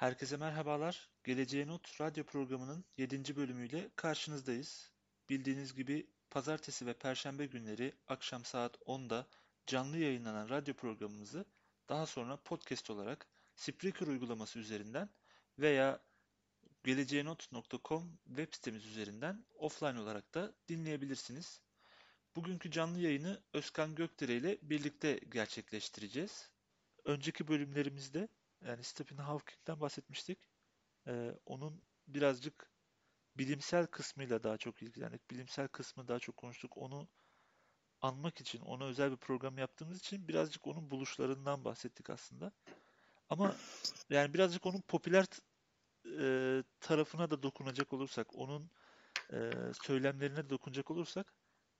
Herkese merhabalar. Geleceğe Not radyo programının 7. bölümüyle karşınızdayız. Bildiğiniz gibi pazartesi ve perşembe günleri akşam saat 10'da canlı yayınlanan radyo programımızı daha sonra podcast olarak Spreaker uygulaması üzerinden veya geleceğenot.com web sitemiz üzerinden offline olarak da dinleyebilirsiniz. Bugünkü canlı yayını Özkan Gökdere ile birlikte gerçekleştireceğiz. Önceki bölümlerimizde yani Stephen Hawking'den bahsetmiştik. Onun birazcık bilimsel kısmıyla daha çok ilgilendik. Bilimsel kısmı daha çok konuştuk. Onu anmak için, ona özel bir program yaptığımız için birazcık onun buluşlarından bahsettik aslında. Ama yani birazcık onun popüler tarafına da dokunacak olursak, onun söylemlerine de dokunacak olursak,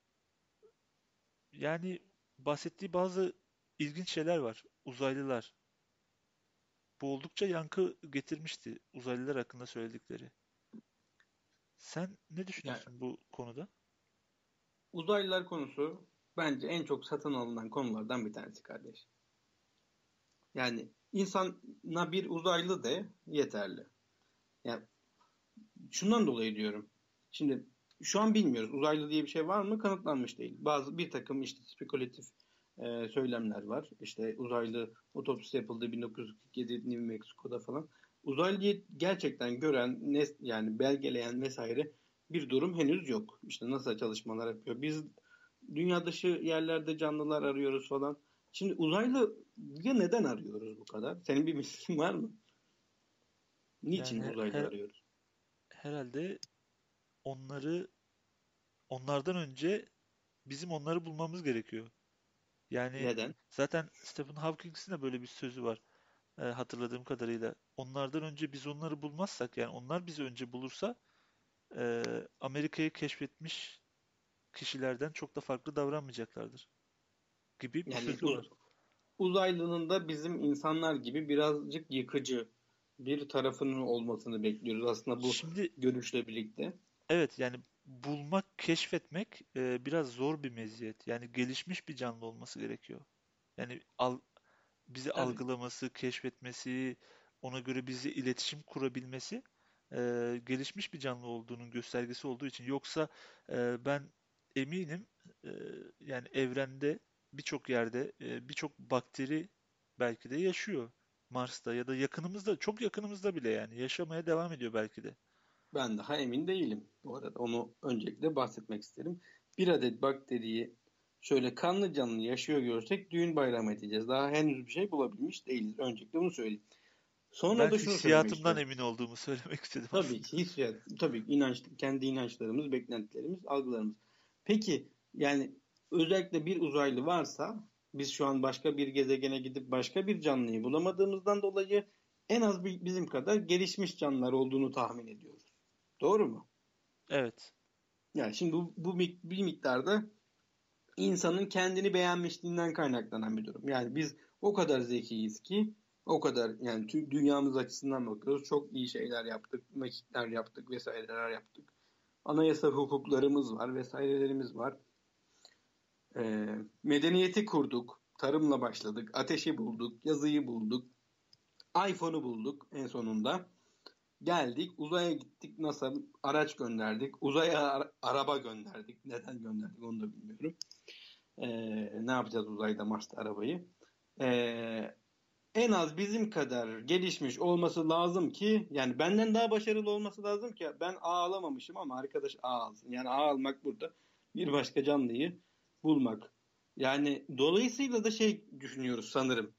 yani bahsettiği bazı ilginç şeyler var. Uzaylılar. Bu oldukça yankı getirmişti uzaylılar hakkında söyledikleri. Sen ne Yani düşünüyorsun bu konuda? uzaylılar konusu bence en çok satın alınan konulardan bir tanesi kardeş. Yani insana bir uzaylı de yeterli. Yani şundan dolayı diyorum. Şimdi şu an bilmiyoruz. Uzaylı diye bir şey var mı? Kanıtlanmış değil. Bir takım işte spekülatif söylemler var. İşte uzaylı otopsisi yapıldı 1947 New Mexico'da falan. Uzaylıyı gerçekten gören, yani belgeleyen vesaire bir durum henüz yok. İşte NASA çalışmalar yapıyor. Biz dünya dışı yerlerde canlılar arıyoruz falan. Şimdi uzaylıyı neden arıyoruz bu kadar? Senin bir fikrin var mı? Niçin Yani uzaylı arıyoruz? herhalde onları onlardan önce bizim onları bulmamız gerekiyor. Yani Neden? zaten Stephen Hawking'in de böyle bir sözü var hatırladığım kadarıyla. Onlardan önce biz onları bulmazsak yani onlar bizi önce bulursa Amerika'yı keşfetmiş kişilerden çok da farklı davranmayacaklardır gibi bir Yani sözü var. uzaylının da bizim insanlar gibi birazcık yıkıcı bir tarafının olmasını bekliyoruz aslında bu Şimdi görüşle birlikte. evet yani bulmak, keşfetmek biraz zor bir meziyet. Yani gelişmiş bir canlı olması gerekiyor. Yani bizi Tabii. algılaması, keşfetmesi, ona göre bizi iletişim kurabilmesi gelişmiş bir canlı olduğunun göstergesi olduğu için. Yoksa ben eminim e, yani evrende birçok yerde birçok bakteri belki de yaşıyor. Mars'ta ya da yakınımızda, çok yakınımızda bile yani yaşamaya devam ediyor belki de. Ben daha emin değilim. Bu arada onu öncelikle bahsetmek isterim. Bir adet bakteriyi şöyle kanlı canlı yaşıyor görsek düğün bayramı edeceğiz. Daha henüz bir şey bulabilmiş değiliz. Öncelikle bunu söyleyeyim. Sonra Ben da şunu söylemek hissiyatımdan istiyorum. emin olduğumu söylemek istedim Tabii aslında. ki hissiyat, tabii ki kendi inançlarımız, beklentilerimiz, algılarımız. Peki yani özellikle bir uzaylı varsa biz şu an başka bir gezegene gidip başka bir canlıyı bulamadığımızdan dolayı en az bizim kadar gelişmiş canlılar olduğunu tahmin ediyoruz. Doğru mu? Evet. Yani şimdi bir miktarda insanın kendini beğenmişliğinden kaynaklanan bir durum. Yani biz o kadar zekiyiz ki o kadar yani dünyamız açısından bakıyoruz. Çok iyi şeyler yaptık, mekikler yaptık vesaireler yaptık. Anayasa hukuklarımız var vesairelerimiz var. Medeniyeti kurduk. Tarımla başladık. Ateşi bulduk. Yazıyı bulduk. iPhone'u bulduk en sonunda. Geldik. Uzaya gittik. NASA araç gönderdik. Uzaya araba gönderdik. Neden gönderdik onu da bilmiyorum. Ne yapacağız uzayda Mars'ta arabayı? Ee, En az bizim kadar gelişmiş olması lazım ki yani benden daha başarılı olması lazım ki ben A alamamışım ama arkadaş A alsın. Yani A almak burada bir başka canlıyı bulmak. Yani dolayısıyla da şey düşünüyoruz sanırım.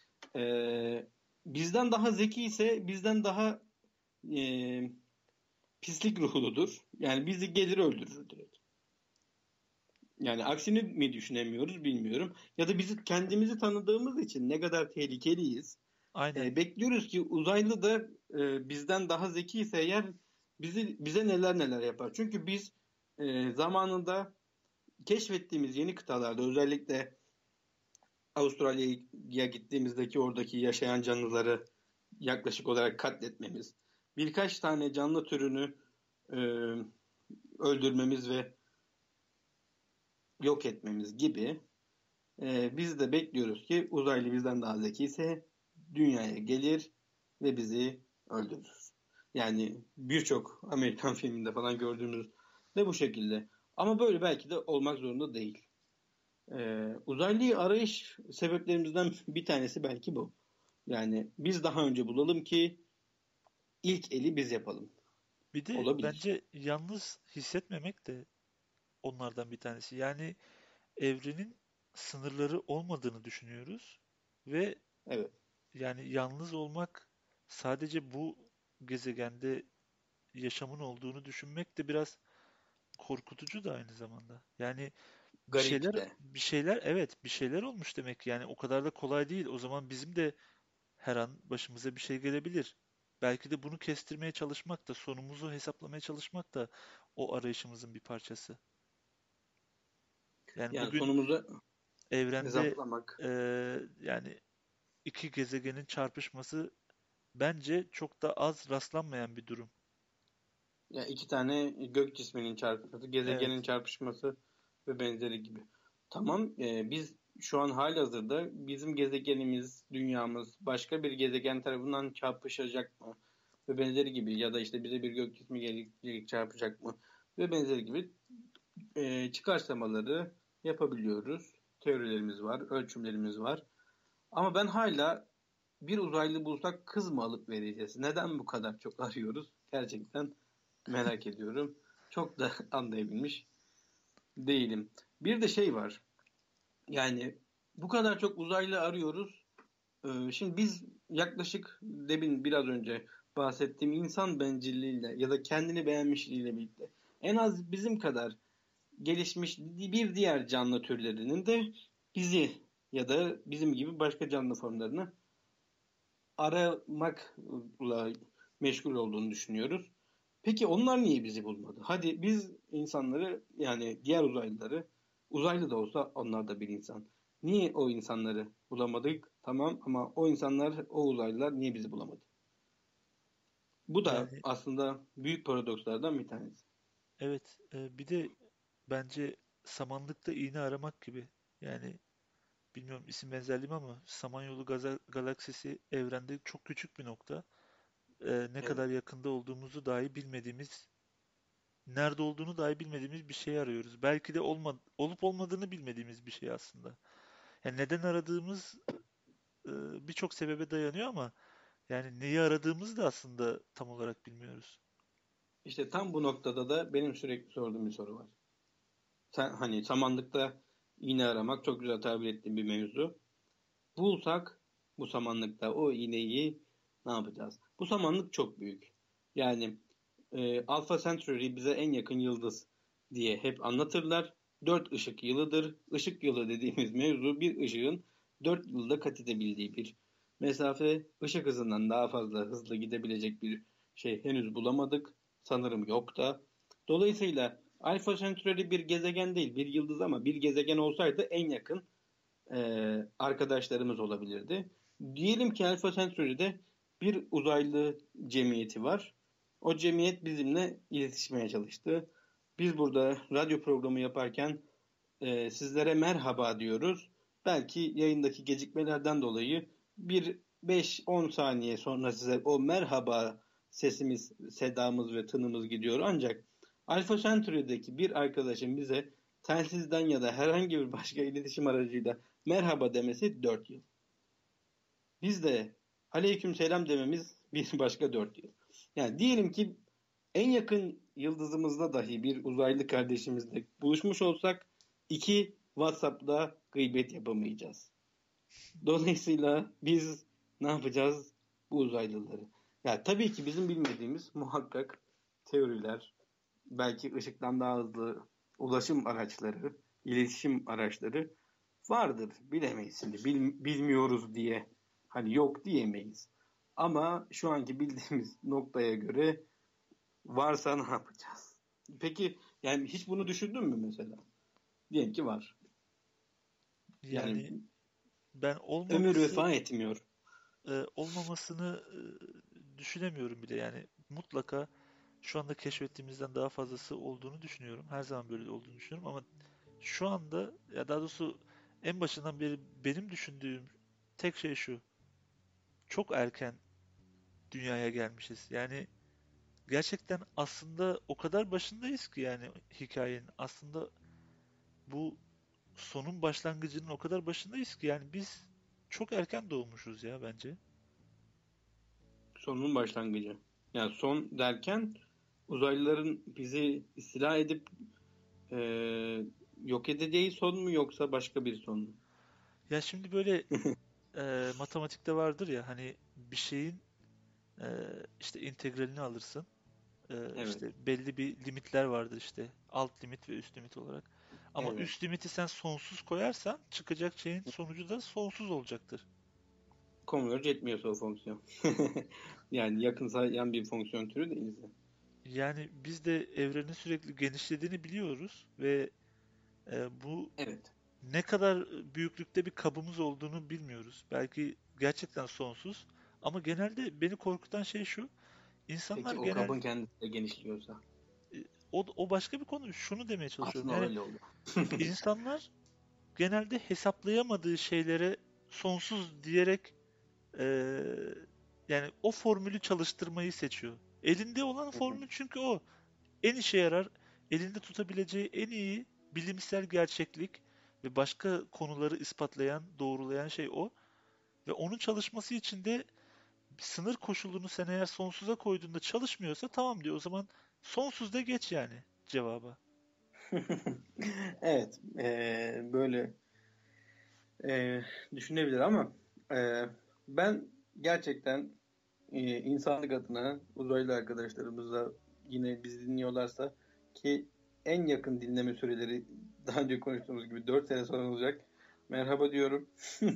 Bizden daha zeki ise bizden daha e, pislik ruhludur. Yani bizi gelir öldürür direkt. Yani aksini mi düşünemiyoruz bilmiyorum. Ya da bizi kendimizi tanıdığımız için ne kadar tehlikeliyiz. Aynen. Bekliyoruz ki uzaylı da bizden daha zeki ise eğer bize neler neler yapar. Çünkü biz zamanında keşfettiğimiz yeni kıtalarda özellikle Avustralya'ya gittiğimizdeki oradaki yaşayan canlıları yaklaşık olarak katletmemiz, birkaç tane canlı türünü e, öldürmemiz ve yok etmemiz gibi biz de bekliyoruz ki uzaylı bizden daha zeki ise dünyaya gelir ve bizi öldürür. Yani birçok Amerikan filminde falan gördüğümüz de bu şekilde. Ama böyle belki de olmak zorunda değil. Uzaylıyı arayış sebeplerimizden bir tanesi belki bu. Yani biz daha önce bulalım ki ilk eli biz yapalım. Bir de Olabilir. bence yalnız hissetmemek de onlardan bir tanesi. Yani evrenin sınırları olmadığını düşünüyoruz ve Evet. yani yalnız olmak sadece bu gezegende yaşamın olduğunu düşünmek de biraz korkutucu da aynı zamanda. Yani bir Garip şeyler de. bir şeyler evet bir şeyler olmuş demek yani o kadar da kolay değil. O zaman bizim de her an başımıza bir şey gelebilir. Belki de bunu kestirmeye çalışmak da sonumuzu hesaplamaya çalışmak da o arayışımızın bir parçası. Yani Yani bugün sonumuzu evrende hesaplamak. yani iki gezegenin çarpışması bence çok da az rastlanmayan bir durum. Yani iki tane gök cisminin çarpışması, gezegenin Evet. çarpışması ve benzeri gibi. Tamam, biz şu an halihazırda bizim gezegenimiz, dünyamız başka bir gezegen tarafından çarpışacak mı? Ve benzeri gibi ya da işte bize bir gök cismi gelecek çarpacak mı? Ve benzeri gibi çıkarsamaları yapabiliyoruz. Teorilerimiz var, ölçümlerimiz var. Ama ben hala bir uzaylı bulsak kız mı alıp vereceğiz? Neden bu kadar çok arıyoruz? Gerçekten merak ediyorum. Çok da anlayabilmiş değilim. Bir de şey var. Yani bu kadar çok uzaylı arıyoruz. Şimdi biz yaklaşık demin biraz önce bahsettiğim insan bencilliğiyle ya da kendini beğenmişliğiyle birlikte en az bizim kadar gelişmiş bir diğer canlı türlerinin de bizi ya da bizim gibi başka canlı formlarını aramakla meşgul olduğunu düşünüyoruz. Peki onlar niye bizi bulmadı? Hadi biz insanları yani diğer uzaylıları uzaylı da olsa onlar da bir insan. Niye o insanları bulamadık? Tamam ama o insanlar, o uzaylılar niye bizi bulamadı? Bu da Yani aslında büyük paradokslardan bir tanesi. evet bir de bence samanlıkta iğne aramak gibi. Yani bilmiyorum isim benzerliği mi ama Samanyolu galaksisi evrende çok küçük bir nokta. Ne Evet. kadar yakında olduğumuzu dahi bilmediğimiz, nerede olduğunu dahi bilmediğimiz bir şey arıyoruz. Belki de olup olmadığını bilmediğimiz bir şey aslında. Yani neden aradığımız birçok sebebe dayanıyor ama yani neyi aradığımızı da aslında tam olarak bilmiyoruz. İşte tam bu noktada da benim sürekli sorduğum bir soru var. Sen hani samanlıkta iğne aramak çok güzel tabir ettiğin bir mevzu. Bulsak bu samanlıkta o iğneyi ne yapacağız? Bu samanlık çok büyük. Yani Alpha Centauri bize en yakın yıldız diye hep anlatırlar. 4 ışık yılıdır. Işık yılı dediğimiz mevzu bir ışığın 4 yılda kat edebildiği bir mesafe. Işık hızından daha fazla hızlı gidebilecek bir şey henüz bulamadık. Sanırım yok da. Dolayısıyla Alpha Centauri bir gezegen değil, bir yıldız ama bir gezegen olsaydı en yakın arkadaşlarımız olabilirdi. Diyelim ki Alpha Centauri'de bir uzaylı cemiyeti var. O cemiyet bizimle iletişmeye çalıştı. Biz burada radyo programı yaparken sizlere merhaba diyoruz. Belki yayındaki gecikmelerden dolayı bir 5-10 saniye sonra size o merhaba sesimiz, sedamız ve tınımız gidiyor. Ancak Alpha Centauri'deki bir arkadaşın bize telsizden ya da herhangi bir başka iletişim aracıyla merhaba demesi 4 yıl. Biz de aleyküm selam dememiz bir başka 4 yıl. Yani diyelim ki en yakın yıldızımızda dahi bir uzaylı kardeşimizle buluşmuş olsak iki WhatsApp'ta gıybet yapamayacağız. Dolayısıyla biz ne yapacağız bu uzaylıları? Ya tabii ki bizim bilmediğimiz muhakkak teoriler, belki ışıktan daha hızlı ulaşım araçları, iletişim araçları vardır. Bilemeyiz şimdi. Bilmiyoruz diye hani yok diyemeyiz. Ama şu anki bildiğimiz noktaya göre varsa ne yapacağız? Peki yani hiç bunu düşündün mü mesela? Diyelim ki var. Yani Yani ben ömür vefa etmiyor. olmamasını düşünemiyorum bile. Yani mutlaka şu anda keşfettiğimizden daha fazlası olduğunu düşünüyorum. Her zaman böyle olduğunu düşünüyorum ama şu anda ya daha doğrusu en başından beri benim düşündüğüm tek şey şu. Çok erken dünyaya gelmişiz. Yani gerçekten aslında o kadar başındayız ki yani hikayenin. Aslında bu sonun başlangıcının o kadar başındayız ki yani biz çok erken doğmuşuz ya bence. Sonun başlangıcı. Yani son derken uzaylıların bizi istila edip Ee, yok edeceği son mu yoksa başka bir son mu? Ya şimdi böyle matematikte vardır ya hani bir şeyin e, işte integralini alırsın. Evet. İşte belli bir limitler vardır işte alt limit ve üst limit olarak. Ama Evet. üst limiti sen sonsuz koyarsan çıkacak şeyin sonucu da sonsuz olacaktır. Converge etmiyorsa o fonksiyon. Yani yakın sayan bir fonksiyon türü değilse. Yani biz de evrenin sürekli genişlediğini biliyoruz ve bu Evet. ne kadar büyüklükte bir kabımız olduğunu bilmiyoruz. Belki gerçekten sonsuz. Ama genelde beni korkutan şey şu. İnsanlar Peki o genel kabın kendisi de genişliyorsa? o başka bir konu. Şunu demeye çalışıyorum. Aslında Yani öyle oluyor. insanlar genelde hesaplayamadığı şeylere sonsuz diyerek eee, yani o formülü çalıştırmayı seçiyor. Elinde olan formül çünkü o. En işe yarar, elinde tutabileceği en iyi bilimsel gerçeklik ve başka konuları ispatlayan, doğrulayan şey o. Ve onun çalışması için de sınır koşulunu sen eğer sonsuza koyduğunda çalışmıyorsa tamam diyor. O zaman sonsuz da geç yani cevaba. Evet. Böyle düşünebilir ama ben gerçekten insanlık adına uzaylı arkadaşlarımıza yine bizi dinliyorlarsa ki en yakın dinleme süreleri daha önce konuştuğumuz gibi 4 sene sonra olacak. Merhaba diyorum.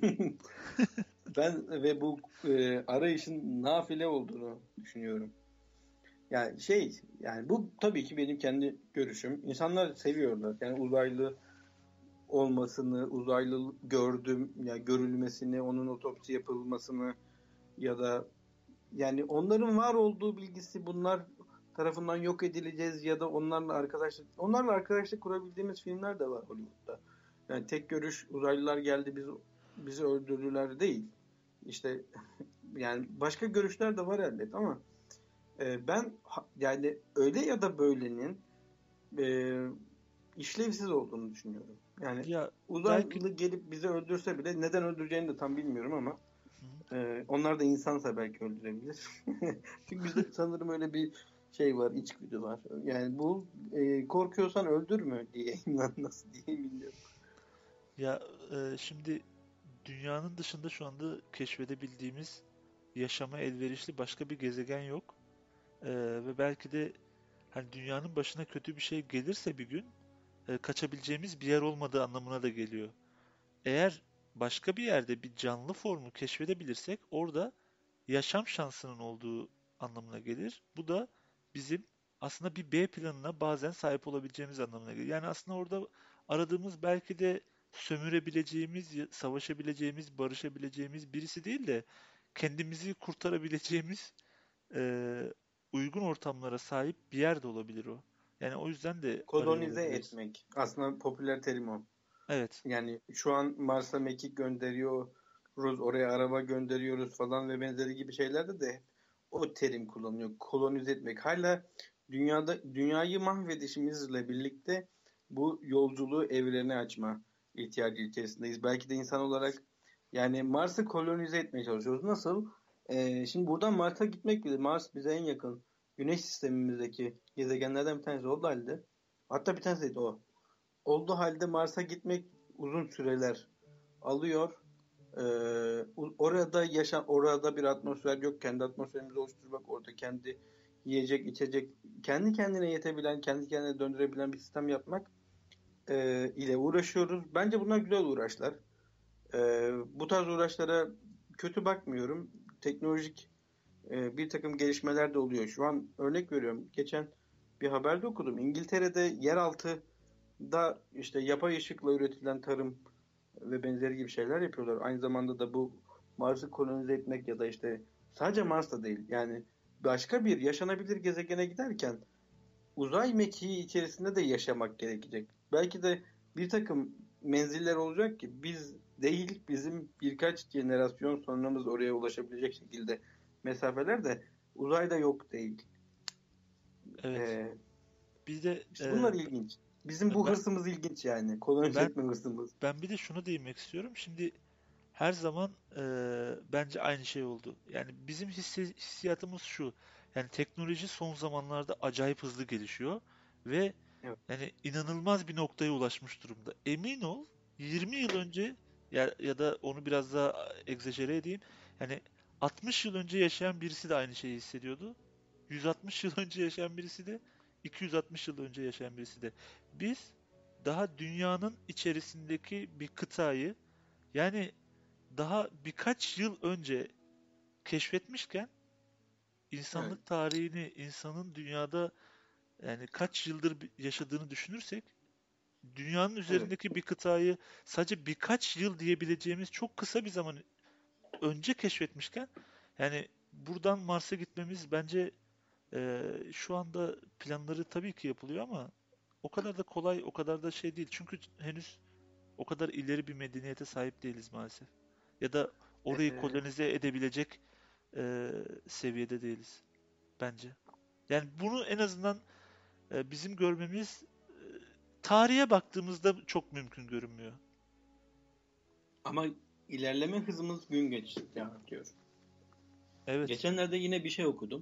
Ben ve bu arayışın nafile olduğunu düşünüyorum. Yani yani bu tabii ki benim kendi görüşüm. İnsanlar seviyorlar. Yani uzaylı olmasını, uzaylı gördüm, yani görülmesini, onun otopsi yapılmasını ya da yani onların var olduğu bilgisi bunlar tarafından yok edileceğiz ya da onlarla arkadaşlık kurabildiğimiz filmler de var Hollywood'da. Yani tek görüş uzaylılar geldi bizi öldürdüler değil. İşte yani başka görüşler de var elbet ama ben yani öyle ya da böylenin e, işlevsiz olduğunu düşünüyorum. Yani Ya belki uzaylı gelip bizi öldürse bile neden öldüreceğini de tam bilmiyorum ama Hı hı. onlar da insansa belki öldürebilir. Çünkü bizde sanırım öyle bir şey var, içgüdü var. Yani bu korkuyorsan öldürme diyeyim lan nasıl diyeyim bilmiyorum. Ya şimdi dünyanın dışında şu anda keşfedebildiğimiz yaşama elverişli başka bir gezegen yok. Ve belki de hani dünyanın başına kötü bir şey gelirse bir gün kaçabileceğimiz bir yer olmadığı anlamına da geliyor. Eğer başka bir yerde bir canlı formu keşfedebilirsek orada yaşam şansının olduğu anlamına gelir. Bu da bizim aslında bir B planına bazen sahip olabileceğimiz anlamına gelir. Yani aslında orada aradığımız belki de sömürebileceğimiz, savaşabileceğimiz, barışabileceğimiz birisi değil de kendimizi kurtarabileceğimiz uygun ortamlara sahip bir yer de olabilir o. Yani o yüzden de arıyor Kolonize olabiliriz. etmek. Aslında popüler terim o. Evet. Yani şu an Mars'a mekik gönderiyoruz, oraya araba gönderiyoruz falan ve benzeri gibi şeylerde de o terim kullanılıyor. Kolonize etmek. Hala dünyayı mahvedişimizle birlikte bu yolculuğu evrene açma ihtiyacı içerisindeyiz. Belki de insan olarak yani Mars'ı kolonize etmeye çalışıyoruz. Nasıl? Şimdi buradan Mars'a gitmek bile, Mars bize en yakın Güneş sistemimizdeki gezegenlerden bir tanesi oldu halde. Hatta bir tanesi değil o. Olduğu halde Mars'a gitmek uzun süreler alıyor. Orada bir atmosfer yok. Kendi atmosferimizi oluşturmak, orada kendi yiyecek, içecek, kendi kendine yetebilen, kendi kendine döndürebilen bir sistem yapmak ile uğraşıyoruz. Bence bunlar güzel uğraşlar. Bu tarz uğraşlara kötü bakmıyorum. Teknolojik bir takım gelişmeler de oluyor. Şu an örnek veriyorum. Geçen bir haberde okudum. İngiltere'de yeraltıda işte yapay ışıkla üretilen tarım ve benzeri gibi şeyler yapıyorlar. Aynı zamanda da bu Mars'ı kolonize etmek ya da işte sadece Mars'ta değil. Yani başka bir yaşanabilir gezegene giderken uzay mekiği içerisinde de yaşamak gerekecek. Belki de bir takım menziller olacak ki biz değil bizim birkaç jenerasyon sonramız oraya ulaşabilecek şekilde mesafeler de uzayda yok değil. Evet. Ee, Bir de işte bunlar ilginç. Bizim bu ben hırsımız ilginç yani. Kolonize ben etme hırsımız. ben bir de şunu değinmek istiyorum. Şimdi her zaman bence aynı şey oldu. Yani bizim hissiyatımız şu. Yani teknoloji son zamanlarda acayip hızlı gelişiyor ve Evet. yani inanılmaz bir noktaya ulaşmış durumda. Emin ol 20 yıl önce ya da onu biraz daha egzajere edeyim. Yani 60 yıl önce yaşayan birisi de aynı şeyi hissediyordu. 160 yıl önce yaşayan birisi de 260 yıl önce yaşayan birisi de. Biz daha dünyanın içerisindeki bir kıtayı yani daha birkaç yıl önce keşfetmişken Evet. insanlık tarihini, insanın dünyada yani kaç yıldır yaşadığını düşünürsek dünyanın Evet. üzerindeki bir kıtayı sadece birkaç yıl diyebileceğimiz çok kısa bir zaman önce keşfetmişken yani buradan Mars'a gitmemiz bence şu anda planları tabii ki yapılıyor ama o kadar da kolay, o kadar da şey değil. Çünkü henüz o kadar ileri bir medeniyete sahip değiliz maalesef. Ya da orayı Ee, kolonize edebilecek seviyede değiliz bence. Yani bunu en azından bizim görmemiz tarihe baktığımızda çok mümkün görünmüyor. ama ilerleme hızımız gün geçtikçe artıyor. Evet. Geçenlerde yine bir şey okudum.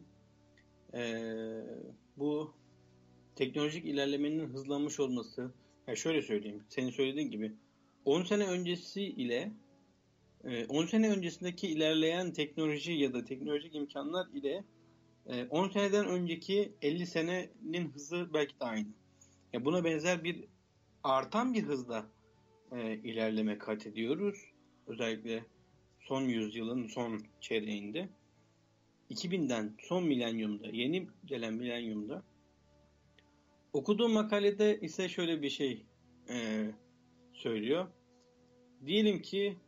Ee, bu teknolojik ilerlemenin hızlanmış olması, ya şöyle söyleyeyim, senin söylediğin gibi 10 sene öncesi ile 10 sene öncesindeki ilerleyen teknoloji ya da teknolojik imkanlar ile 10 seneden önceki 50 senenin hızı belki de aynı. Ya buna benzer bir artan bir hızla ilerleme kat ediyoruz. Özellikle son yüzyılın son çeyreğinde. 2000'den son milenyumda, yeni gelen milenyumda okuduğum makalede ise şöyle bir şey e, söylüyor. Diyelim ki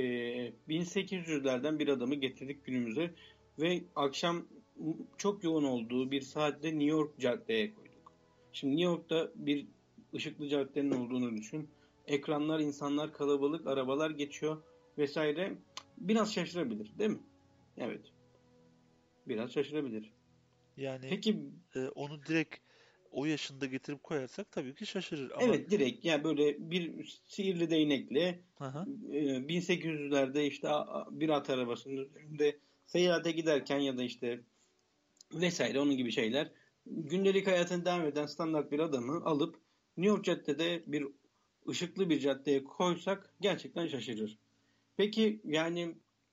1800'lerden bir adamı getirdik günümüze ve akşam çok yoğun olduğu bir saatte New York caddeye koyduk. Şimdi New York'ta bir ışıklı caddenin olduğunu düşün. Ekranlar, insanlar kalabalık, arabalar geçiyor vesaire. Biraz şaşırabilir, değil mi? Evet, biraz şaşırabilir. Yani Peki, onu direkt o yaşında getirip koyarsak tabii ki şaşırır ama evet, direkt yani böyle bir sihirli değnekle aha, 1800'lerde işte bir at arabasının üzerinde seyahate giderken ya da işte vesaire onun gibi şeyler gündelik hayatına devam eden standart bir adamı alıp New York caddede bir ışıklı bir caddeye koysak gerçekten şaşırır. Peki yani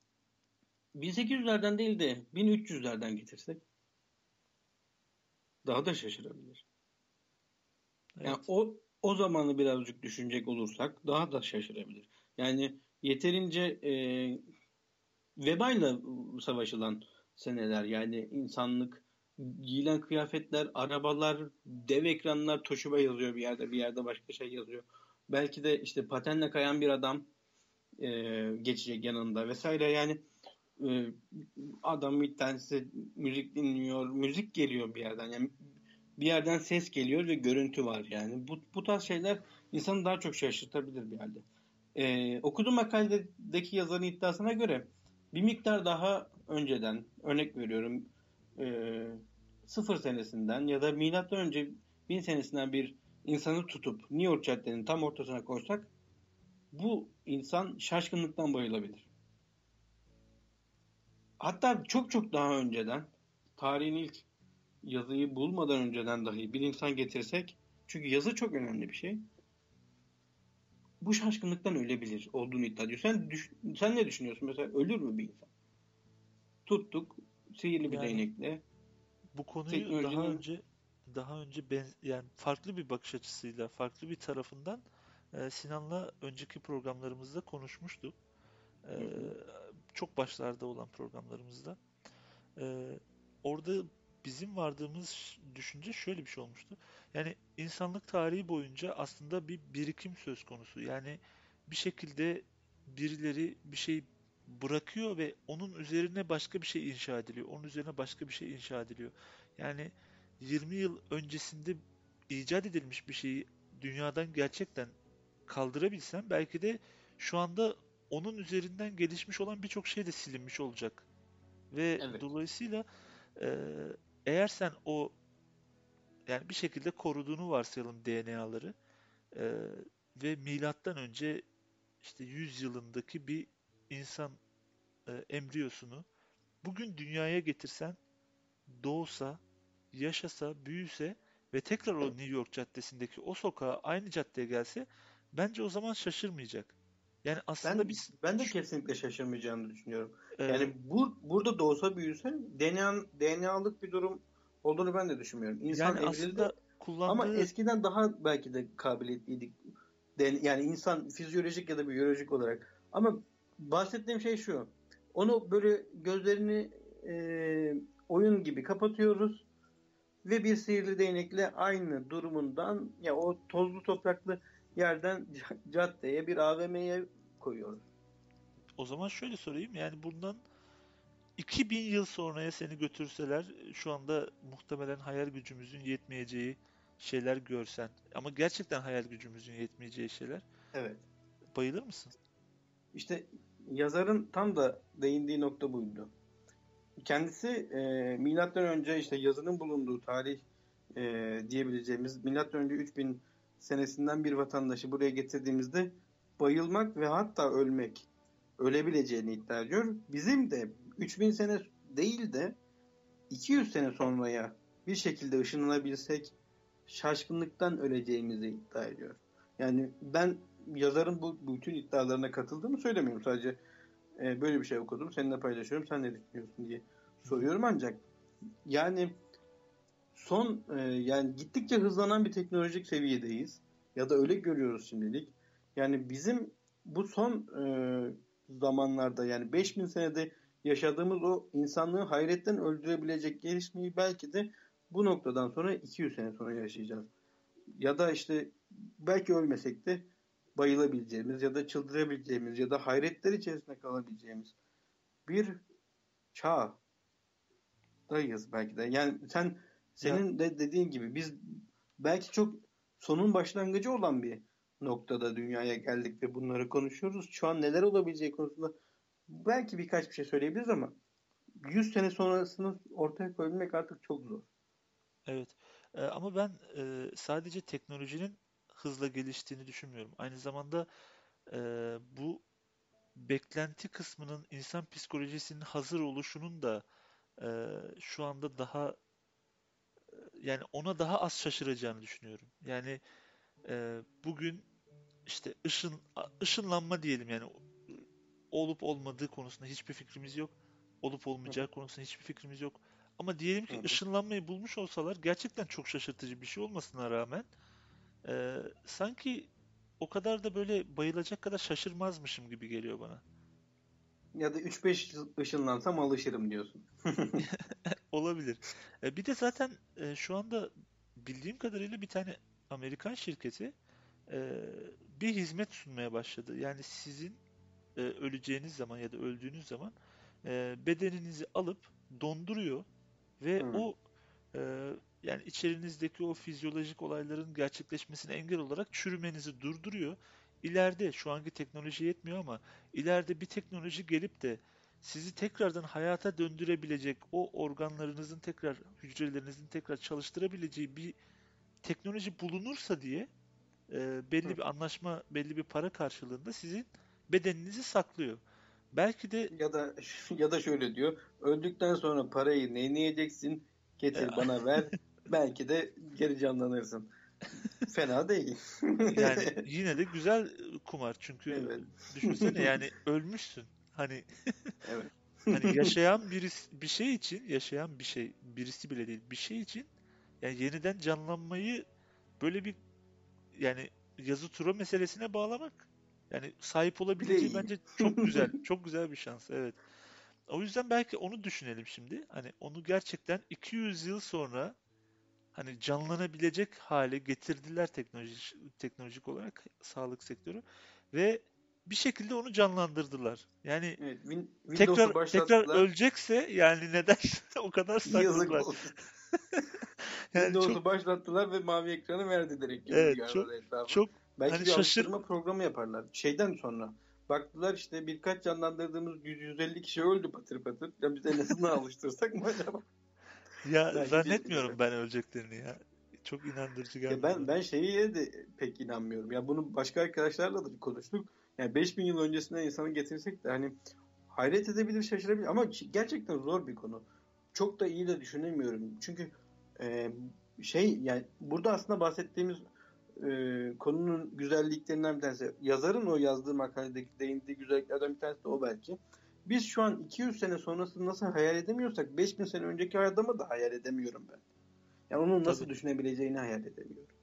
1800'lerden değil de 1300'lerden getirsek daha da şaşırabilir. Yani evet. o zamanı birazcık düşünecek olursak daha da şaşırabilir. Yani yeterince vebayla savaşılan seneler, yani insanlık, giyilen kıyafetler, arabalar, dev ekranlar, Toshiba yazıyor bir yerde başka şey yazıyor. Belki de işte patenle kayan bir adam geçecek yanında vesaire, yani e, adam bir tanesi müzik dinliyor, müzik geliyor bir yerden, yani bir yerden ses geliyor ve görüntü var yani. Bu tarz şeyler insanı daha çok şaşırtabilir bir halde. Okuduğum makaledeki yazarın iddiasına göre bir miktar daha önceden, örnek veriyorum, e, 0 senesinden ya da milattan önce 1000 senesinden bir insanı tutup New York caddenin tam ortasına koysak bu insan şaşkınlıktan bayılabilir. Hatta çok çok daha önceden, tarihin ilk yazıyı bulmadan önceden dahi bir insan getirsek, çünkü yazı çok önemli bir şey, bu şaşkınlıktan ölebilir olduğunu iddia ediyor. Sen ne düşünüyorsun? Mesela ölür mü bir insan? Tuttuk sihirli bir Yani değnekle bu konuyu teknolojinin. daha önce yani farklı bir bakış açısıyla, farklı bir tarafından Sinan'la önceki programlarımızda konuşmuştuk. Hı E, hı, çok başlarda olan programlarımızda. E, orada bizim vardığımız düşünce şöyle bir şey olmuştu. Yani insanlık tarihi boyunca aslında bir birikim söz konusu. Yani bir şekilde birileri bir şey bırakıyor ve onun üzerine başka bir şey inşa ediliyor. Onun üzerine başka bir şey inşa ediliyor. Yani 20 yıl öncesinde icat edilmiş bir şeyi dünyadan gerçekten kaldırabilsem belki de şu anda onun üzerinden gelişmiş olan birçok şey de silinmiş olacak. Ve Evet. dolayısıyla e, eğer sen o yani bir şekilde koruduğunu varsayalım DNA'ları ve milattan önce işte 100 yılındaki bir insan embriyosunu bugün dünyaya getirsen, doğsa, yaşasa, büyüse ve tekrar o New York caddesindeki o sokağa aynı caddeye gelse bence o zaman şaşırmayacak. Yani aslında Ben biz ben de kesinlikle şaşırmayacağını düşünüyorum. e, Yani burada doğsa büyüse DNA'lık bir durum olduğunu ben de düşünmüyorum. İnsan yani evrildi aslında ama kullandığı eskiden daha belki de kabiliyetliydik. Yani insan fizyolojik ya da biyolojik olarak. Ama bahsettiğim şey şu. Onu böyle gözlerini oyun gibi kapatıyoruz ve bir sihirli değnekle aynı durumundan ya o tozlu topraklı yerden caddeye bir AVM'ye koyuyoruz. o zaman şöyle sorayım yani bundan 2000 yıl sonraya seni götürseler şu anda muhtemelen hayal gücümüzün yetmeyeceği şeyler görsen ama gerçekten hayal gücümüzün yetmeyeceği şeyler Evet. bayılır mısın? İşte yazarın tam da değindiği nokta buydu. Kendisi milattan önce işte yazının bulunduğu tarih diyebileceğimiz milattan önce 3000 senesinden bir vatandaşı buraya getirdiğimizde bayılmak ve hatta ölebileceğini iddia ediyor. Bizim de 3000 sene değil de 200 sene sonraya bir şekilde ışınlanabilsek şaşkınlıktan öleceğimizi iddia ediyor. Yani ben yazarın bu bütün iddialarına katıldığımı söylemiyorum. Sadece böyle bir şey okudum. Seninle paylaşıyorum. Sen ne düşünüyorsun diye Hı hı. soruyorum ancak yani yani gittikçe hızlanan bir teknolojik seviyedeyiz. Ya da öyle görüyoruz şimdilik. Yani bizim bu son zamanlarda yani 5000 senede yaşadığımız o insanlığı hayretten öldürebilecek gelişmeyi belki de bu noktadan sonra 200 sene sonra yaşayacağız. Ya da işte belki ölmesek de bayılabileceğimiz ya da çıldırabileceğimiz ya da hayretler içerisinde kalabileceğimiz bir çağdayız belki de. Yani Ya senin de dediğin gibi biz belki çok sonun başlangıcı olan bir noktada dünyaya geldik ve bunları konuşuyoruz. Şu an neler olabileceği konusunda belki birkaç bir şey söyleyebiliriz ama 100 sene sonrasını ortaya koyabilmek artık çok zor. evet. Ama ben sadece teknolojinin hızla geliştiğini düşünmüyorum. Aynı zamanda e, bu beklenti kısmının insan psikolojisinin hazır oluşunun da şu anda daha yani ona daha az şaşıracağını düşünüyorum. Yani bugün işte ışınlanma diyelim yani olup olmadığı konusunda hiçbir fikrimiz yok. Olup Hı hı, olmayacağı konusunda hiçbir fikrimiz yok. Ama diyelim hı ki hı. ışınlanmayı bulmuş olsalar gerçekten çok şaşırtıcı bir şey olmasına rağmen sanki o kadar da böyle bayılacak kadar şaşırmazmışım gibi geliyor bana. Ya da 3-5 yıl ışınlansam alışırım diyorsun. Olabilir. Bir de zaten şu anda bildiğim kadarıyla bir tane Amerikan şirketi e, bir hizmet sunmaya başladı. Yani sizin öleceğiniz zaman ya da öldüğünüz zaman bedeninizi alıp donduruyor ve Hı, o e, yani içerinizdeki o fizyolojik olayların gerçekleşmesine engel olarak çürümenizi durduruyor. İleride şu anki teknoloji yetmiyor ama ileride bir teknoloji gelip de sizi tekrardan hayata döndürebilecek, o organlarınızın tekrar, hücrelerinizin tekrar çalıştırabileceği bir teknoloji bulunursa diye belli hı. bir anlaşma, belli bir para karşılığında sizin bedeninizi saklıyor. Belki de Ya da ya da şöyle diyor. Öldükten sonra parayı neyine yiyeceksin? e, Getir bana ver. Belki de geri canlanırsın. Fena değil. yani yine de güzel kumar çünkü Evet. düşünsene yani ölmüşsün. Hani Evet. hani yaşayan birisi, bir şey için yaşayan bir şey birisi bile değil bir şey için yani yeniden canlanmayı böyle bir yani yazı tura meselesine bağlamak yani sahip Bile olabileceği iyi. bence çok güzel çok güzel bir şans, evet. O yüzden belki onu düşünelim şimdi. Hani onu gerçekten 200 yıl sonra hani canlanabilecek hale getirdiler teknolojik olarak sağlık sektörü ve bir şekilde onu canlandırdılar. Yani Evet. tekrar Windows'u tekrar başlattılar. ölecekse yani neden o kadar Yazık sakladılar? olsun. Yani çok Windows'u başlattılar ve mavi ekranı verdi direkt gibi evet çok duyarlar etrafı. çok Belki hani bir alıştırma programı yaparlar. Şeyden sonra. Baktılar işte birkaç canlandırdığımız 100-150 kişi öldü patır patır. Ya biz en azından alıştırsak mı acaba? Ya Belki biz zannetmiyorum ben öleceklerini ya. Çok inandırıcı ya gelmiyor ben bana. ben şeyi de pek inanmıyorum. Ya bunu başka arkadaşlarla da konuştuk. Yani 5000 yıl öncesinden insanı getirsek de hani hayret edebilir, şaşırabilir ama gerçekten zor bir konu. Çok da iyi de düşünemiyorum. Çünkü e, yani burada aslında bahsettiğimiz konunun güzelliklerinden bir tanesi. Yazarın o yazdığı makaledeki değindiği güzelliklerden bir tanesi de o belki. Biz şu an 200 sene sonrasını nasıl hayal edemiyorsak 5000 sene önceki adamı da hayal edemiyorum ben. Yani onun Tabii. nasıl düşünebileceğini hayal edemiyorum.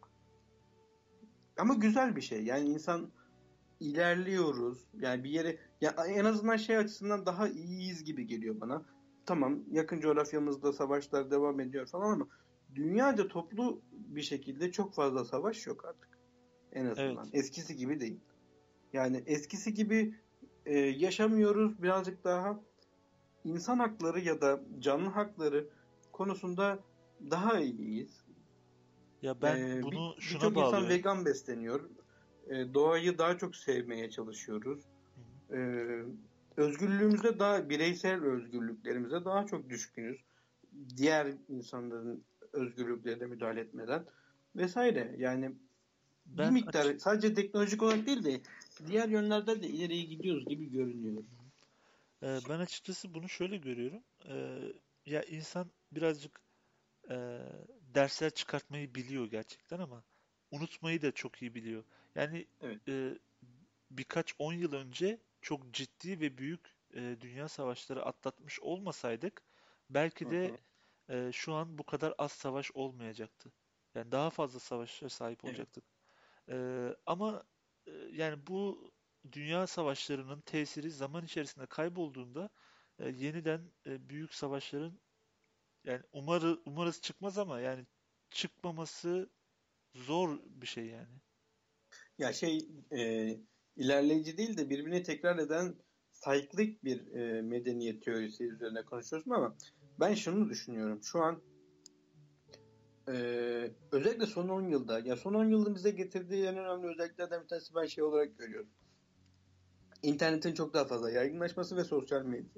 Ama güzel bir şey. Yani insan ilerliyoruz. Yani bir yere ya en azından şey açısından daha iyiyiz gibi geliyor bana. Tamam yakın coğrafyamızda savaşlar devam ediyor falan ama dünyaca toplu bir şekilde çok fazla savaş yok artık. En azından. Evet. Eskisi gibi değil. Yani eskisi gibi yaşamıyoruz. Birazcık daha insan hakları ya da canlı hakları konusunda daha iyiyiz. Ya ben bunu şuna Birçok insan bağlıyorum. vegan besleniyor. Doğayı daha çok sevmeye çalışıyoruz. Hı hı. E, Özgürlüğümüze daha bireysel özgürlüklerimize daha çok düşkünüz. Diğer insanların özgürlüklerine müdahale etmeden vesaire. Yani bir Ben aç miktar sadece teknolojik olarak değil de diğer yönlerde de ileriye gidiyoruz gibi görünüyor. Ben açıkçası bunu şöyle görüyorum. Ya insan birazcık e, dersler çıkartmayı biliyor gerçekten ama unutmayı da çok iyi biliyor. Yani Evet. e, birkaç 10 yıl önce çok ciddi ve büyük dünya savaşları atlatmış olmasaydık belki Hı de hı. şu an bu kadar az savaş olmayacaktı. Yani daha fazla savaşa sahip Evet. olacaktık. Ama yani bu dünya savaşlarının tesiri zaman içerisinde kaybolduğunda yeniden büyük savaşların yani umarız çıkmaz ama yani çıkmaması zor bir şey yani. Ya ilerleyici değil de birbirini tekrar eden sayklik bir medeniyet teorisi üzerine konuşuyoruz ama ben şunu düşünüyorum. Şu an özellikle son 10 yılda ya son 10 yılın bize getirdiği en önemli özelliklerden bir tanesi ben şey olarak görüyorum. İnternetin çok daha fazla yaygınlaşması ve sosyal medya.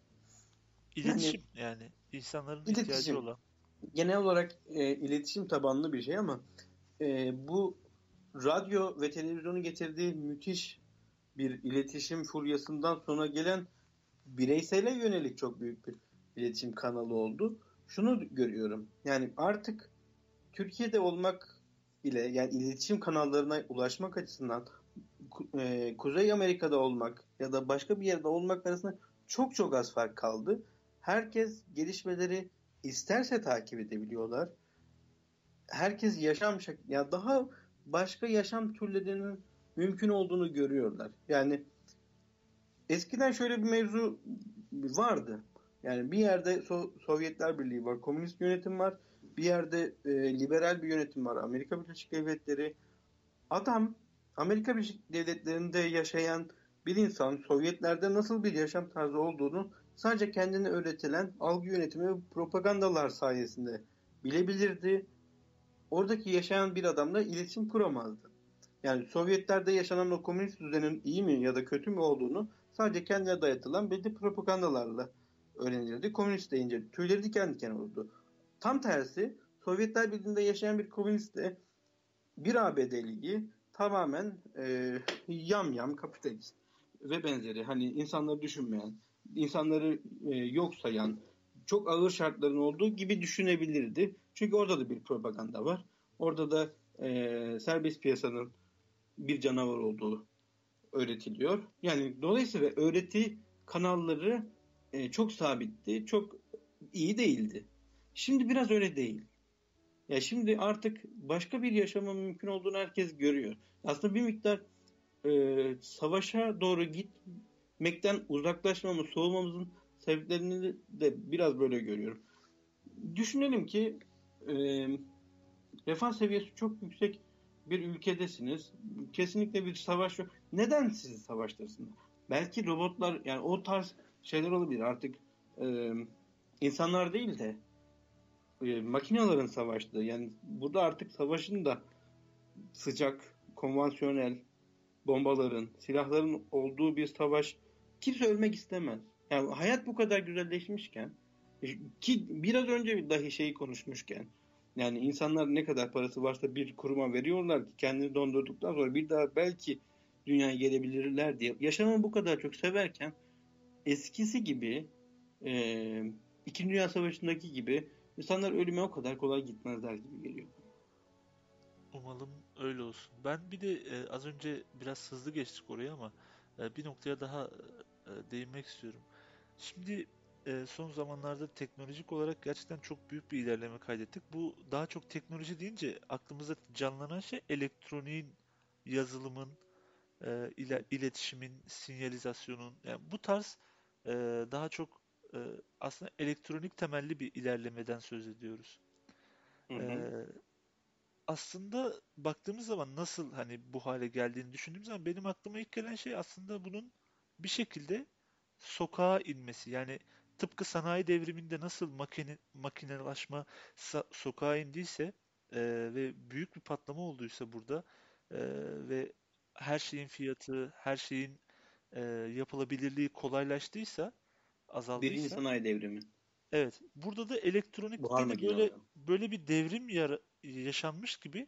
Yani İletişim yani insanların ihtiyacı iletişim olan. genel olarak iletişim tabanlı bir şey ama bu radyo ve televizyonun getirdiği müthiş bir iletişim furyasından sonra gelen bireysele yönelik çok büyük bir iletişim kanalı oldu. Şunu görüyorum. Yani artık Türkiye'de olmak ile yani iletişim kanallarına ulaşmak açısından Kuzey Amerika'da olmak ya da başka bir yerde olmak arasında çok çok az fark kaldı. Herkes gelişmeleri isterse takip edebiliyorlar. Herkes ya daha başka yaşam türlerinin mümkün olduğunu görüyorlar. Yani eskiden şöyle bir mevzu vardı. Yani bir yerde Sovyetler Birliği var, komünist yönetim var. Bir yerde liberal bir yönetim var, Amerika Birleşik Devletleri. Adam Amerika Birleşik Devletleri'nde yaşayan bir insan Sovyetlerde nasıl bir yaşam tarzı olduğunu sadece kendine öğretilen algı yönetimi ve propagandalar sayesinde bilebilirdi. Oradaki yaşayan bir adamla iletişim kuramazdı. Yani Sovyetlerde yaşanan o komünist düzenin iyi mi ya da kötü mü olduğunu sadece kendine dayatılan belli propagandalarla öğrenilirdi. Komünist deyince tüyleri diken diken olurdu. Tam tersi Sovyetler Birliği'nde yaşayan bir komünist de bir ABD'liyi tamamen yam yam kapitalist ve benzeri hani insanları düşünmeyen, insanları yok sayan, çok ağır şartların olduğu gibi düşünebilirdi. Çünkü orada da bir propaganda var. Orada da serbest piyasanın bir canavar olduğu öğretiliyor. Yani dolayısıyla öğreti kanalları çok sabitti, çok iyi değildi. Şimdi biraz öyle değil. Ya şimdi artık başka bir yaşamın mümkün olduğunu herkes görüyor. Aslında bir miktar savaşa doğru gitmekten uzaklaşmamız, soğumamızın sebeplerini de biraz böyle görüyorum. Düşünelim ki e, refah seviyesi çok yüksek bir ülkedesiniz. Kesinlikle bir savaş yok. Neden sizi savaştırsınlar? Belki robotlar yani o tarz şeyler olabilir. Artık e, insanlar değil de makinelerin savaştığı. Yani burada artık savaşın da sıcak, konvansiyonel. bombaların, silahların olduğu bir savaş kimse ölmek istemez. Yani hayat bu kadar güzelleşmişken ki biraz önce dahi şeyi konuşmuşken yani insanlar ne kadar parası varsa bir kuruma veriyorlar ki kendini dondurduktan sonra bir daha belki dünyaya gelebilirler diye yaşamı bu kadar çok severken eskisi gibi İkinci Dünya Savaşı'ndaki gibi insanlar ölüme o kadar kolay gitmezler gibi geliyor. Umalım öyle olsun. Ben bir de az önce biraz hızlı geçtik oraya ama bir noktaya daha değinmek istiyorum. Şimdi son zamanlarda teknolojik olarak gerçekten çok büyük bir ilerleme kaydettik. Bu daha çok teknoloji deyince aklımıza canlanan şey elektroniğin, yazılımın, iletişimin, sinyalizasyonun, yani bu tarz e, daha çok e, aslında elektronik temelli bir ilerlemeden söz ediyoruz. Hı hı. E, Aslında baktığımız zaman nasıl hani bu hale geldiğini düşündüğüm zaman benim aklıma ilk gelen şey aslında bunun bir şekilde sokağa inmesi. Yani tıpkı sanayi devriminde nasıl makinelaşma sokağa indiyse ve büyük bir patlama olduysa burada e, ve her şeyin fiyatı, her şeyin e, yapılabilirliği kolaylaştıysa, Birinci azaldıysa, sanayi devrimi. evet, burada da Buhar elektronikte de böyle makineleri. böyle bir devrim yaşanmış gibi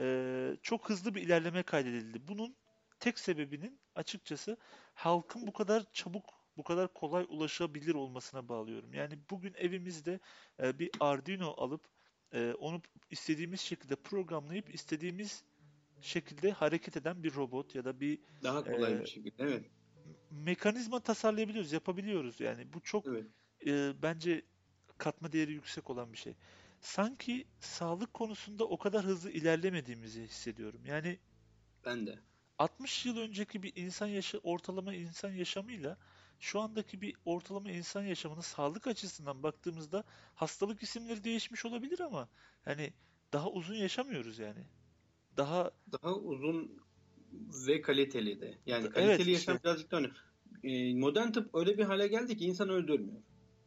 çok hızlı bir ilerleme kaydedildi. Bunun tek sebebinin açıkçası halkın bu kadar çabuk, bu kadar kolay ulaşabilir olmasına bağlıyorum. Yani bugün evimizde bir Arduino alıp onu istediğimiz şekilde programlayıp istediğimiz şekilde hareket eden bir robot ya da bir Daha kolay bir e, şekilde. Evet. mekanizma tasarlayabiliyoruz, yapabiliyoruz yani. Bu çok Evet. bence katma değeri yüksek olan bir şey. Sanki sağlık konusunda o kadar hızlı ilerlemediğimizi hissediyorum. Yani Ben de. 60 yıl önceki bir ortalama insan yaşamıyla şu andaki bir ortalama insan yaşamının sağlık açısından baktığımızda hastalık isimleri değişmiş olabilir ama hani daha uzun yaşamıyoruz yani. Daha Daha uzun ve kaliteli de. Yani evet kaliteli yaşam işte. birazcık da önemli. Modern tıp öyle bir hale geldi ki insan öldürmüyor.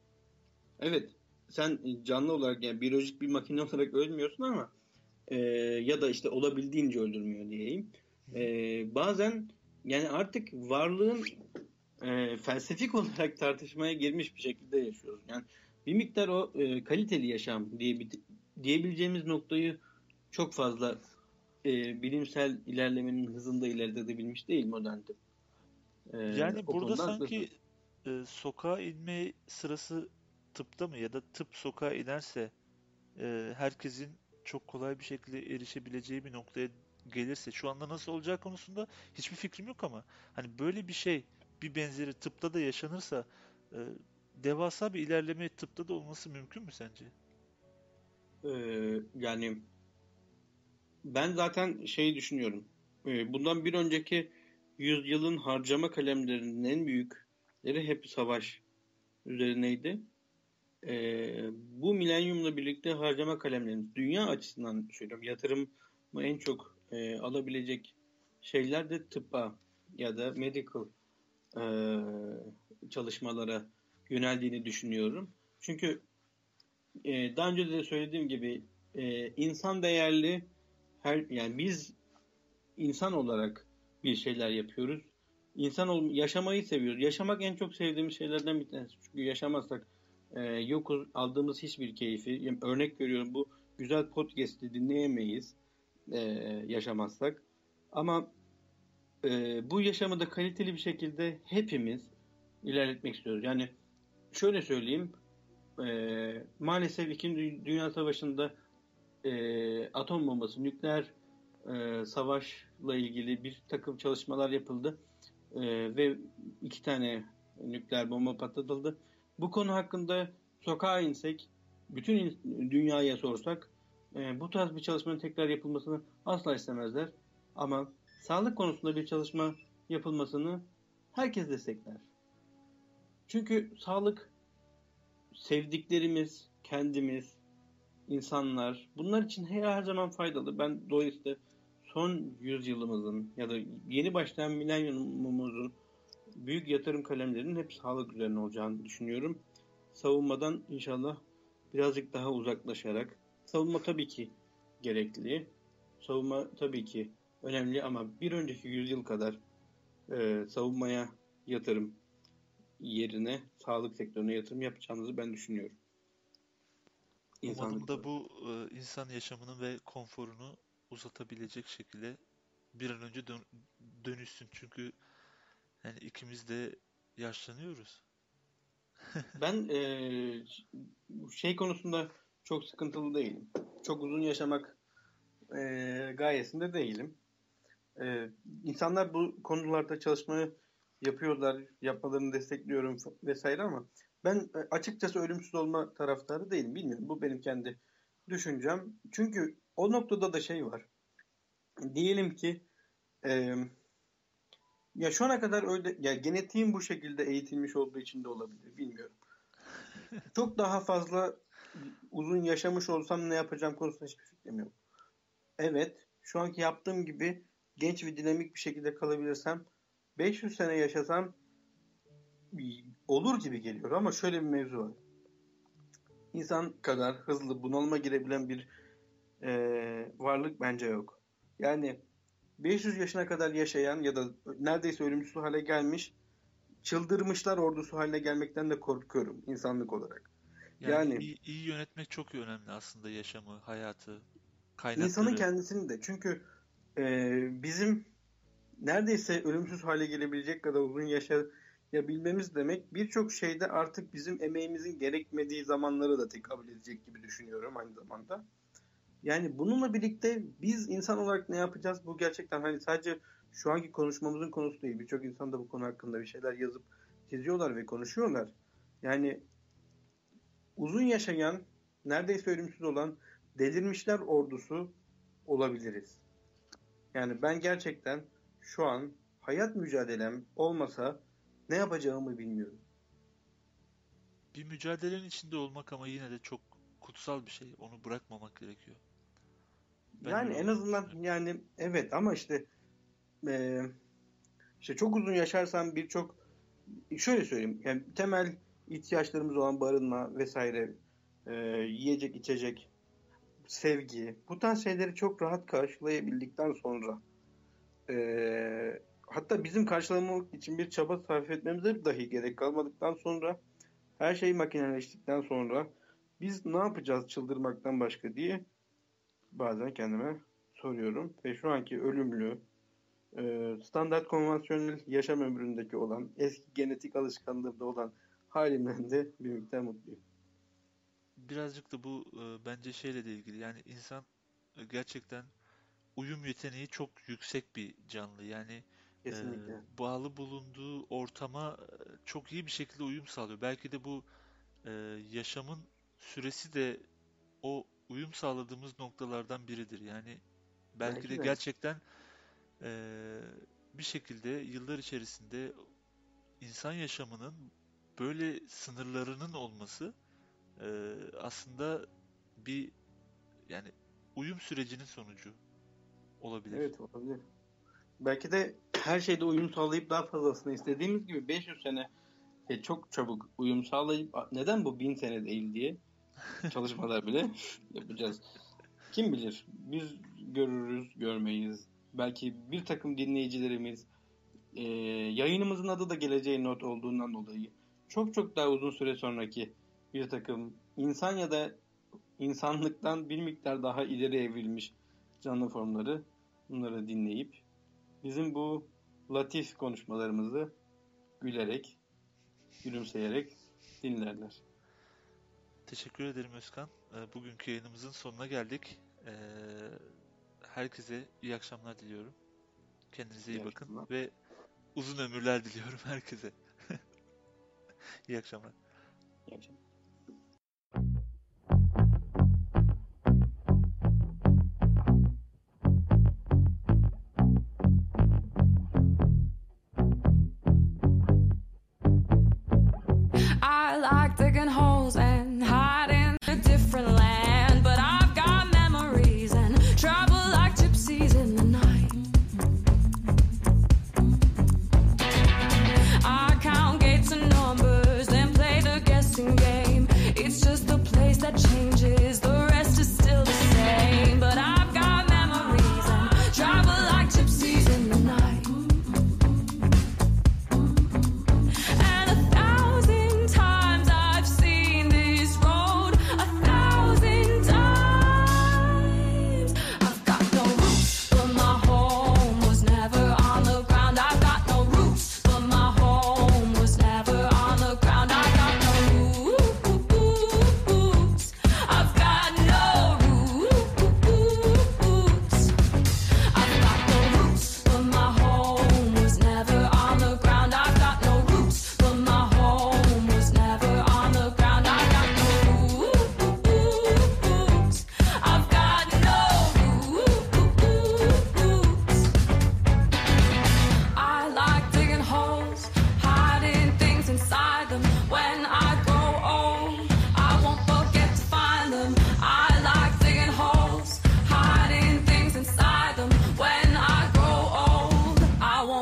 Evet. Sen canlı olarak yani biyolojik bir makine olarak ölmüyorsun ama ya da işte olabildiğince öldürmüyor diyeyim. Hı hı. Bazen yani artık varlığın felsefik olarak tartışmaya girmiş bir şekilde yaşıyoruz. Yani bir miktar o kaliteli yaşam diyebileceğimiz noktayı çok fazla bilimsel ilerlemenin hızında ilerletebilmiş değil modern tıp. Yani O burada konuda haklısın. sanki sokağa inme sırası tıpta mı ya da tıp sokağa inerse herkesin çok kolay bir şekilde erişebileceği bir noktaya gelirse şu anda nasıl olacağı konusunda hiçbir fikrim yok ama hani böyle bir şey bir benzeri tıpta da yaşanırsa e, devasa bir ilerleme tıpta da olması mümkün mü sence? Yani ben zaten şeyi düşünüyorum. Bundan bir önceki yüzyılın harcama kalemlerinin en büyükleri hep savaş üzerineydi. Bu milenyumla birlikte harcama kalemlerimiz dünya açısından söylüyorum. Yatırımı en çok alabilecek şeyler de tıbba ya da medical e, çalışmalara yöneldiğini düşünüyorum. Çünkü daha önce de söylediğim gibi insan değerli yani biz insan olarak bir şeyler yapıyoruz. Yaşamayı seviyoruz. Yaşamak en çok sevdiğimiz şeylerden bir tanesi. Çünkü yaşamazsak yokuz, aldığımız hiçbir keyfi. Yani örnek veriyorum bu güzel podcast'i dinleyemeyiz e, yaşamazsak. Ama bu yaşamı da kaliteli bir şekilde hepimiz ilerletmek istiyoruz. Yani şöyle söyleyeyim. Maalesef İkinci Dünya Savaşı'nda atom bombası, nükleer savaşla ilgili bir takım çalışmalar yapıldı. Ve 2 tane nükleer bomba patlatıldı. Bu konu hakkında sokağa insek, bütün dünyaya sorsak bu tarz bir çalışmanın tekrar yapılmasını asla istemezler. Ama sağlık konusunda bir çalışma yapılmasını herkes destekler. Çünkü sağlık sevdiklerimiz, kendimiz, insanlar bunlar için her zaman faydalı. Ben dolayısıyla son yüzyılımızın ya da yeni başlayan milenyumumuzun büyük yatırım kalemlerinin hep sağlık üzerine olacağını düşünüyorum. Savunmadan inşallah birazcık daha uzaklaşarak savunma tabii ki gerekli. Savunma tabii ki önemli ama bir önceki yüzyıl kadar savunmaya yatırım yerine sağlık sektörüne yatırım yapacağımızı ben düşünüyorum. Umalım İnsanlık da olarak. bu insan yaşamını ve konforunu uzatabilecek şekilde bir an önce dönüşsün. Çünkü yani ikimiz de yaşlanıyoruz. Ben şey konusunda çok sıkıntılı değilim. Çok uzun yaşamak gayesinde değilim. İnsanlar bu konularda çalışmayı yapıyorlar, yapmalarını destekliyorum vesaire ama ben açıkçası ölümsüz olma taraftarı değilim. Bilmiyorum. Bu benim kendi düşüncem. Çünkü o noktada da şey var. Diyelim ki e, ya şu ana kadar öyle ya genetiğim bu şekilde eğitilmiş olduğu için de olabilir. Bilmiyorum. Çok daha fazla uzun yaşamış olsam ne yapacağım konusunda hiçbir fikrim yok. Evet, şu anki yaptığım gibi genç ve dinamik bir şekilde kalabilirsem 500 sene yaşasam olur gibi geliyor ama şöyle bir mevzu var. İnsan kadar hızlı bunalıma girebilen bir varlık bence yok. Yani 500 yaşına kadar yaşayan ya da neredeyse ölümsüz hale gelmiş çıldırmışlar ordusu haline gelmekten de korkuyorum insanlık olarak. Yani Yani iyi yönetmek çok önemli aslında yaşamı, hayatı, insanın kaynakları. kendisini de çünkü bizim neredeyse ölümsüz hale gelebilecek kadar uzun yaşayabilmemiz demek birçok şeyde artık bizim emeğimizin gerekmediği zamanları da tekabül edecek gibi düşünüyorum aynı zamanda. Yani bununla birlikte biz insan olarak ne yapacağız? Bu gerçekten hani sadece şu anki konuşmamızın konusu değil. Birçok insan da bu konu hakkında bir şeyler yazıp çiziyorlar ve konuşuyorlar. Yani uzun yaşayan, neredeyse ölümsüz olan delirmişler ordusu olabiliriz. Yani ben gerçekten şu an hayat mücadelem olmasa ne yapacağımı bilmiyorum. Bir mücadelenin içinde olmak ama yine de çok kutsal bir şey. Onu bırakmamak gerekiyor. Ben Yani öyle en olduğunu azından düşünüyorum. yani evet ama e, işte çok uzun yaşarsam birçok şöyle söyleyeyim. Yani temel ihtiyaçlarımız olan barınma vesaire, yiyecek, içecek, sevgi bu tarz şeyleri çok rahat karşılayabildikten sonra hatta bizim karşılamak için bir çaba sarf etmemize dahi gerek kalmadıktan sonra her şey makineleştikten sonra biz ne yapacağız çıldırmaktan başka diye bazen kendime soruyorum. Ve şu anki ölümlü, standart konvansiyonel yaşam ömründeki olan, eski genetik alışkanlığımda olan halimden de bir miktar mutluyum. Birazcık da bu bence şeyle de ilgili. Yani insan gerçekten uyum yeteneği çok yüksek bir canlı. Yani e, Kesinlikle. bağlı bulunduğu ortama çok iyi bir şekilde uyum sağlıyor. Belki de bu e, yaşamın süresi de o uyum sağladığımız noktalardan biridir. Yani belki de Belki de. gerçekten e, bir şekilde yıllar içerisinde insan yaşamının böyle sınırlarının olması aslında bir yani uyum sürecinin sonucu olabilir. Evet olabilir. Belki de her şeyde uyum sağlayıp daha fazlasını istediğimiz gibi 500 sene çok çabuk uyum sağlayıp neden bu 1000 sene değil diye çalışmalar bile yapacağız. Kim bilir? Biz görürüz, görmeyiz. Belki bir takım dinleyicilerimiz yayınımızın adı da Geleceğin Not olduğundan dolayı çok çok daha uzun süre sonraki bir takım insan ya da insanlıktan bir miktar daha ileri evrilmiş canlı formları bunları dinleyip bizim bu latif konuşmalarımızı gülerek, gülümseyerek dinlerler. Teşekkür ederim Özkan. Bugünkü yayınımızın sonuna geldik. Herkese iyi akşamlar diliyorum. Kendinize iyi İyi bakın akşamlar. ve uzun ömürler diliyorum herkese. İyi akşamlar. İyi akşamlar. I like digging holes and hiding in a different land, but I've got memories and travel like gypsies in the night. I count gates and numbers, then play the guessing game.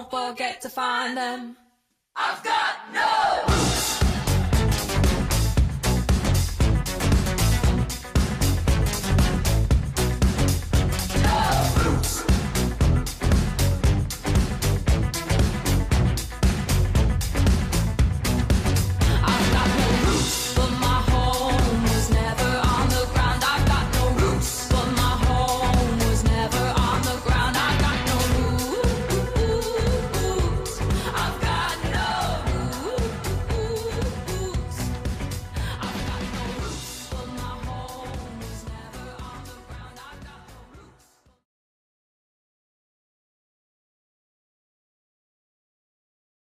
forget to find them. I've got no